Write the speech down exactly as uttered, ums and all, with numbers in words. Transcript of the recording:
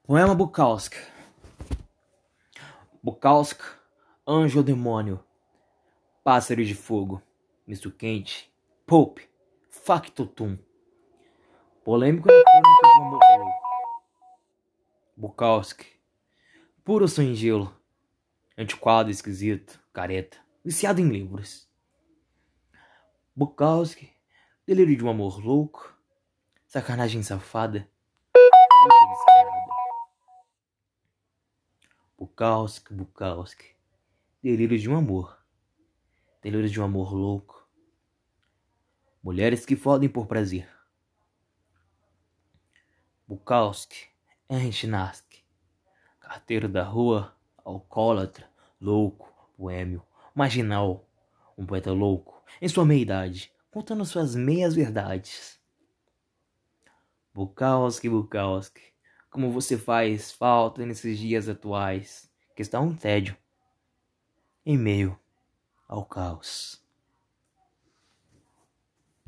Poema Bukowski. Bukowski, anjo ou demônio, pássaro de fogo, misto quente, Pope, factotum, polêmico na crônica de um amor louco. Bukowski, puro sem gelo, antiquado, esquisito, careta, viciado em livros. Bukowski, delírio de um amor louco, sacanagem safada, luta descarada. Bukowski, Bukowski, delírio de um amor, delírio de um amor louco, mulheres que fodem por prazer. Bukowski, Henry Chinaski, carteiro da rua, alcoólatra, louco, boêmio, marginal, um poeta louco, em sua meia-idade, contando suas meias-verdades. Bukowski, Bukowski, como você faz falta nesses dias atuais, que está um tédio, em meio ao caos.